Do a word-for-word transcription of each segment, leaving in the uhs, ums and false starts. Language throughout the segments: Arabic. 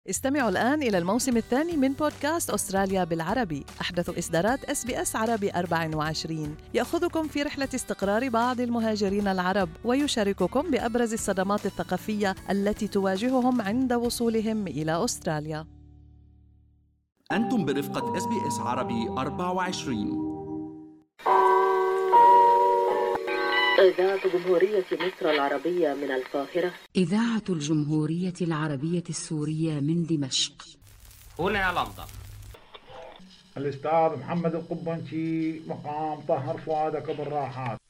استمعوا الآن إلى الموسم الثاني من بودكاست أستراليا بالعربي، أحدث إصدارات إس بي إس عربي أربعة وعشرين، يأخذكم في رحلة استقرار بعض المهاجرين العرب ويشارككم بأبرز الصدمات الثقافية التي تواجههم عند وصولهم إلى أستراليا. أنتم برفقة إس بي إس عربي أربعة وعشرين. إذاعة جمهورية مصر العربية من القاهرة. إذاعة الجمهورية العربية السورية من دمشق. هنا لندن. الأستاذ محمد القبنشي، مقام طهر فؤادك بالراحات.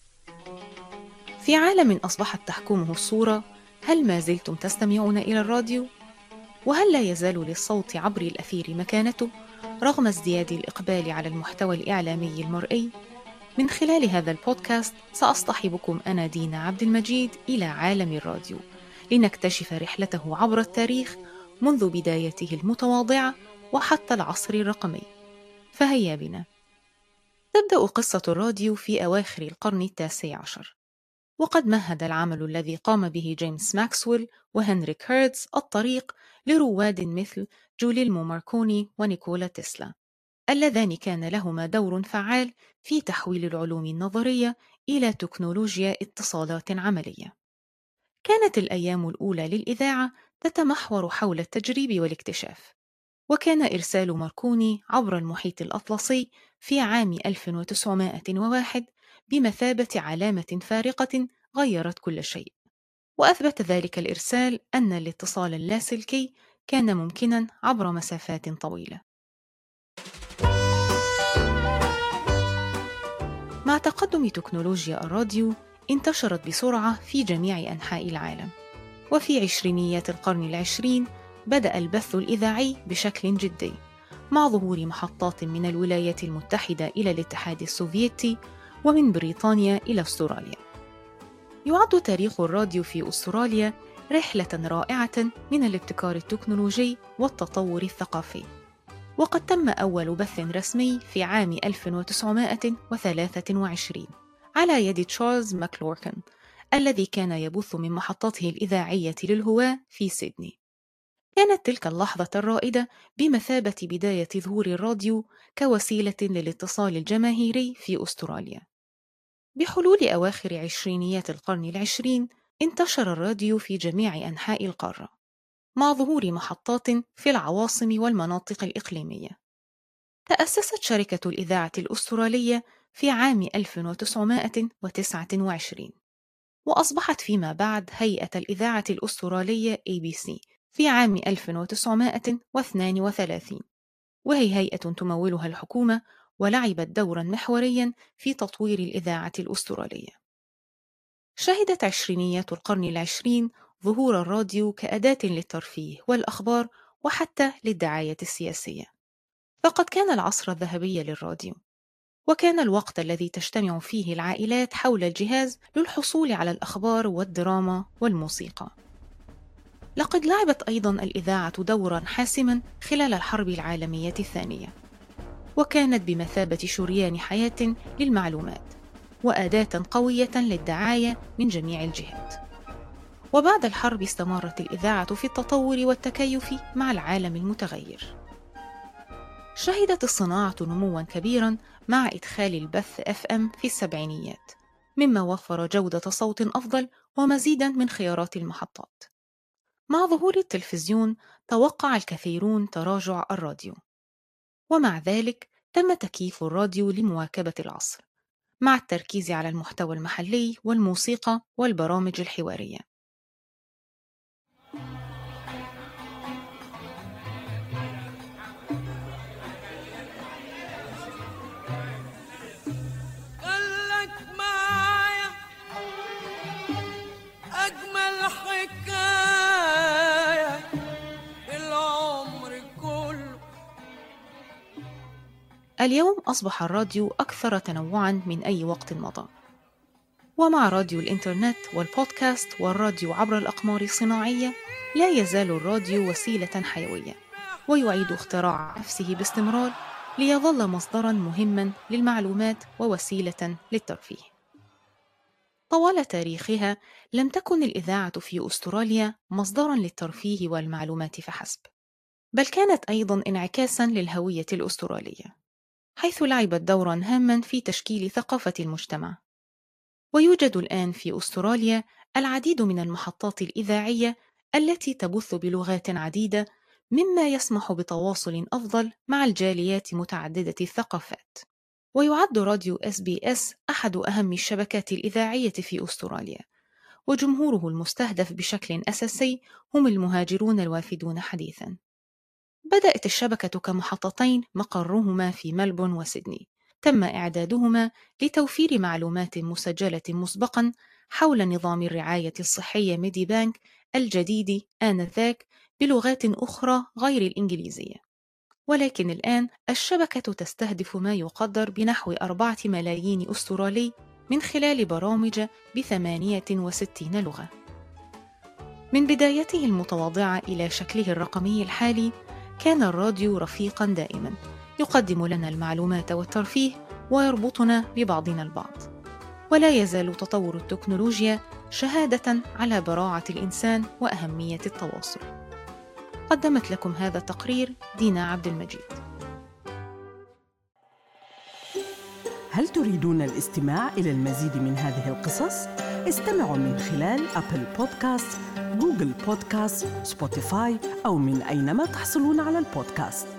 في عالم أصبحت تحكمه الصورة، هل ما زلتم تستمعون إلى الراديو؟ وهل لا يزال للصوت عبر الأثير مكانته رغم ازدياد الإقبال على المحتوى الإعلامي المرئي؟ من خلال هذا البودكاست سأصطحبكم أنا دينا عبد المجيد إلى عالم الراديو لنكتشف رحلته عبر التاريخ منذ بدايته المتواضعة وحتى العصر الرقمي. فهيا بنا. تبدأ قصة الراديو في أواخر القرن التاسع عشر، وقد مهد العمل الذي قام به جيمس ماكسويل وهنريك هيرتز الطريق لرواد مثل جوليلمو ماركوني ونيكولا تسلا، اللذان كان لهما دور فعال في تحويل العلوم النظرية إلى تكنولوجيا اتصالات عملية. كانت الأيام الأولى للإذاعة تتمحور حول التجريب والاكتشاف، وكان إرسال ماركوني عبر المحيط الأطلسي في عام ألف وتسعمائة وواحد بمثابة علامة فارقة غيرت كل شيء، وأثبت ذلك الإرسال أن الاتصال اللاسلكي كان ممكناً عبر مسافات طويلة. مع تقدم تكنولوجيا الراديو انتشرت بسرعة في جميع أنحاء العالم، وفي عشرينيات القرن العشرين بدأ البث الإذاعي بشكل جدي مع ظهور محطات من الولايات المتحدة إلى الاتحاد السوفيتي ومن بريطانيا إلى أستراليا. يعد تاريخ الراديو في أستراليا رحلة رائعة من الابتكار التكنولوجي والتطور الثقافي، وقد تم أول بث رسمي في عام ألف وتسعمائة وثلاثة وعشرين على يد تشارلز ماكلوركن الذي كان يبث من محطته الإذاعية للهواة في سيدني. كانت تلك اللحظة الرائدة بمثابة بداية ظهور الراديو كوسيلة للاتصال الجماهيري في أستراليا. بحلول أواخر عشرينيات القرن العشرين انتشر الراديو في جميع أنحاء القارة مع ظهور محطات في العواصم والمناطق الإقليمية. تأسست شركة الإذاعة الأسترالية في عام ألف وتسعمائة وتسعة وعشرين، وأصبحت فيما بعد هيئة الإذاعة الأسترالية إيه بي سي في عام ألف وتسعمائة واثنين وثلاثين، وهي هيئة تمولها الحكومة ولعبت دورا محوريا في تطوير الإذاعة الأسترالية. شهدت عشرينيات القرن العشرين ظهور الراديو كأداة للترفيه والأخبار وحتى للدعاية السياسية، فقد كان العصر الذهبي للراديو، وكان الوقت الذي تجتمع فيه العائلات حول الجهاز للحصول على الأخبار والدراما والموسيقى. لقد لعبت أيضاً الإذاعة دوراً حاسماً خلال الحرب العالمية الثانية، وكانت بمثابة شريان حياة للمعلومات وأداة قوية للدعاية من جميع الجهات. وبعد الحرب استمرت الإذاعة في التطور والتكيف مع العالم المتغير. شهدت الصناعة نمواً كبيراً مع إدخال البث إف إم في السبعينيات، مما وفر جودة صوت أفضل ومزيداً من خيارات المحطات. مع ظهور التلفزيون توقع الكثيرون تراجع الراديو، ومع ذلك تم تكييف الراديو لمواكبة العصر مع التركيز على المحتوى المحلي والموسيقى والبرامج الحوارية. اليوم أصبح الراديو أكثر تنوعاً من أي وقت مضى، ومع راديو الإنترنت والبودكاست والراديو عبر الأقمار الصناعية لا يزال الراديو وسيلة حيوية، ويعيد اختراع نفسه باستمرار ليظل مصدراً مهماً للمعلومات ووسيلة للترفيه. طوال تاريخها لم تكن الإذاعة في أستراليا مصدراً للترفيه والمعلومات فحسب، بل كانت أيضاً انعكاساً للهوية الأسترالية، حيث لعبت دوراً هاماً في تشكيل ثقافة المجتمع. ويوجد الآن في أستراليا العديد من المحطات الإذاعية التي تبث بلغات عديدة، مما يسمح بتواصل أفضل مع الجاليات متعددة الثقافات. ويعد راديو إس بي إس أحد أهم الشبكات الإذاعية في أستراليا، وجمهوره المستهدف بشكل أساسي هم المهاجرون الوافدون حديثاً. بدأت الشبكة كمحطتين مقرهما في ملبون وسيدني، تم إعدادهما لتوفير معلومات مسجلة مسبقاً حول نظام الرعاية الصحية ميدي بانك الجديد آنذاك بلغات أخرى غير الإنجليزية. ولكن الآن الشبكة تستهدف ما يقدر بنحو أربعة ملايين أسترالي من خلال برامج بثمانية وستين لغة. من بدايته المتواضعة إلى شكله الرقمي الحالي، كان الراديو رفيقاً دائماً يقدم لنا المعلومات والترفيه ويربطنا ببعضنا البعض. ولا يزال تطور التكنولوجيا شهادة على براعة الإنسان وأهمية التواصل. قدمت لكم هذا التقرير دينا عبد المجيد. هل تريدون الاستماع إلى المزيد من هذه القصص؟ استمعوا من خلال أبل بودكاست، جوجل بودكاست، سبوتيفاي أو من أينما تحصلون على البودكاست.